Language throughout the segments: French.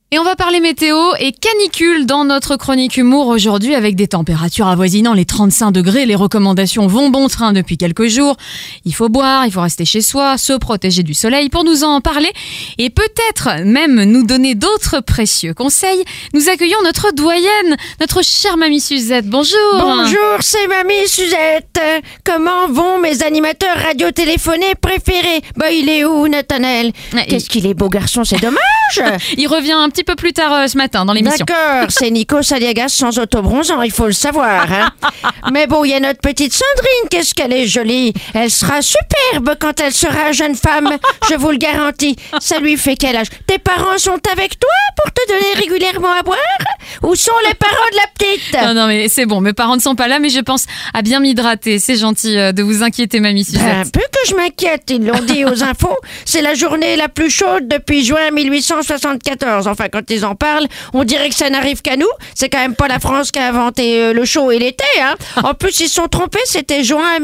Et on va parler météo et canicule dans notre chronique humour aujourd'hui avec des températures avoisinant les 35 degrés. Les recommandations vont bon train depuis quelques jours. Il faut boire, il faut rester chez soi, se protéger du soleil. Pour nous en parler et peut-être même nous donner d'autres précieux conseils, nous accueillons notre doyenne, notre chère Mamie Suzette. Bonjour. Bonjour, c'est Mamie Suzette. Comment vont mes animateurs radio-téléphonés préférés? Il est où, Nathanaël? Qu'est-ce qu'il est beau garçon, c'est dommage. Il revient un petit peu plus tard ce matin dans l'émission. D'accord, c'est Nico Saliagas sans autobronzant, il faut le savoir. Hein. Mais bon, il y a notre petite Sandrine, qu'est-ce qu'elle est jolie. Elle sera superbe quand elle sera jeune femme, je vous le garantis. Ça lui fait quel âge? Tes parents sont avec toi pour te donner régulièrement à boire? Où sont les parents de la petite? Non, mais c'est bon, mes parents ne sont pas là, mais je pense à bien m'hydrater. C'est gentil de vous inquiéter, Mamie Suzette. Un peu que je m'inquiète, ils l'ont dit aux infos. C'est la journée la plus chaude depuis juin 1874. Enfin, quand ils en parlent, on dirait que ça n'arrive qu'à nous. C'est quand même pas la France qui a inventé le chaud et l'été. Hein. En plus, ils se sont trompés. C'était juin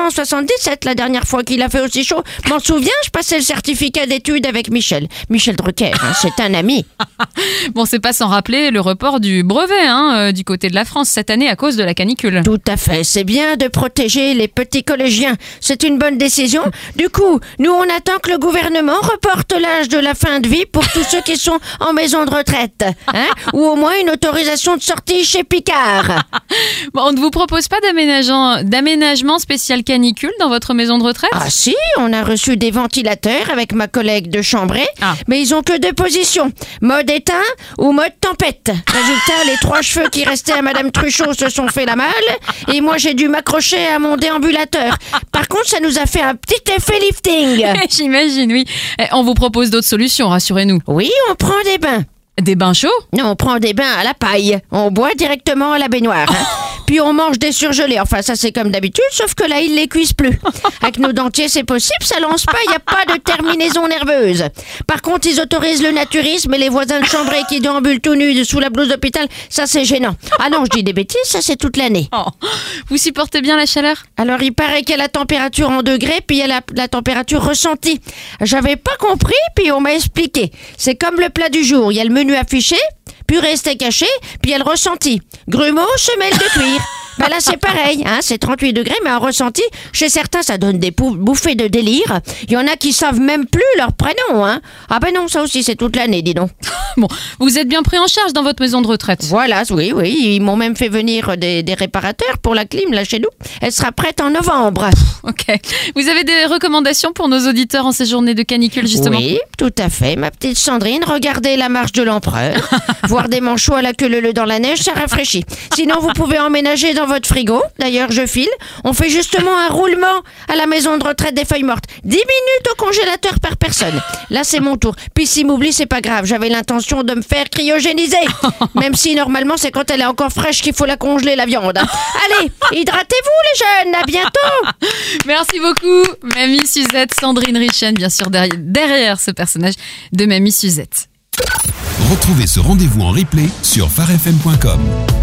1877, la dernière fois qu'il a fait aussi chaud. M'en souviens, je passais le certificat d'études avec Michel Drucker. Hein, c'est un ami. Bon, c'est pas sans rappeler le report du brevet du côté de la France cette année à cause de la canicule. Tout à fait. C'est bien de protéger les petits collégiens. C'est une bonne décision. Du coup, nous, on attend que le gouvernement reporte l'âge de la fin de vie pour tous ceux qui sont en maison de retraite, hein, ou au moins une autorisation de sortie chez Picard. Bon, on ne vous propose pas d'aménagement spécial canicule dans votre maison de retraite? Ah si, on a reçu des ventilateurs avec ma collègue de Chambray, mais ils ont que deux positions, mode éteint ou mode tempête. Résultat, les 3 cheveux qui restaient à Madame Truchot se sont fait la malle, et moi j'ai dû m'accrocher à mon déambulateur. Par contre, ça nous a fait un petit effet lifting. J'imagine, oui. On vous propose d'autres solutions, rassurez-nous. Oui, on prend des bains. Des bains chauds? Non, on prend des bains à la paille. On boit directement à la baignoire. Hein. Puis on mange des surgelés. Enfin, ça c'est comme d'habitude, sauf que là, ils les cuisent plus. Avec nos dentiers, c'est possible, ça lance pas, il n'y a pas de terminaison nerveuse. Par contre, ils autorisent le naturisme et les voisins de Chambray qui déambulent tout nus sous la blouse d'hôpital, ça c'est gênant. Ah non, je dis des bêtises, ça c'est toute l'année. Oh. Vous supportez bien la chaleur? Alors, il paraît qu'il y a la température en degrés, puis il y a la température ressentie. J'avais pas compris, puis on m'a expliqué. C'est comme le plat du jour, il y a le menu affiché, purée steak haché, puis il y a le ressenti. Grumeaux, semelle de cuir. Ben là, c'est pareil, hein, c'est 38 degrés, mais en ressenti, chez certains, ça donne des bouffées de délire. Il y en a qui savent même plus leur prénom, hein. Ah ben non, ça aussi, c'est toute l'année, dis donc. Bon, vous êtes bien pris en charge dans votre maison de retraite? Voilà, oui, ils m'ont même fait venir des réparateurs pour la clim, là, chez nous. Elle sera prête en novembre. Ok. Vous avez des recommandations pour nos auditeurs en ces journées de canicule, justement? Oui, tout à fait. Ma petite Sandrine, regardez la marche de l'empereur. Voir des manchots à la queue leu dans la neige, ça rafraîchit. Sinon, vous pouvez emménager dans votre frigo. D'ailleurs, je file. On fait justement un roulement à la maison de retraite des feuilles mortes. 10 minutes au congélateur par personne. Là, c'est mon tour. Puis s'il m'oublie, c'est pas grave. J'avais l'intention de me faire cryogéniser. Même si, normalement, c'est quand elle est encore fraîche qu'il faut la congeler, la viande. Allez, hydratez-vous, les jeunes. À bientôt. Merci beaucoup, Mamie Suzette. Sandrine Richen, bien sûr, derrière ce personnage de Mamie Suzette. Retrouvez ce rendez-vous en replay sur farfm.com.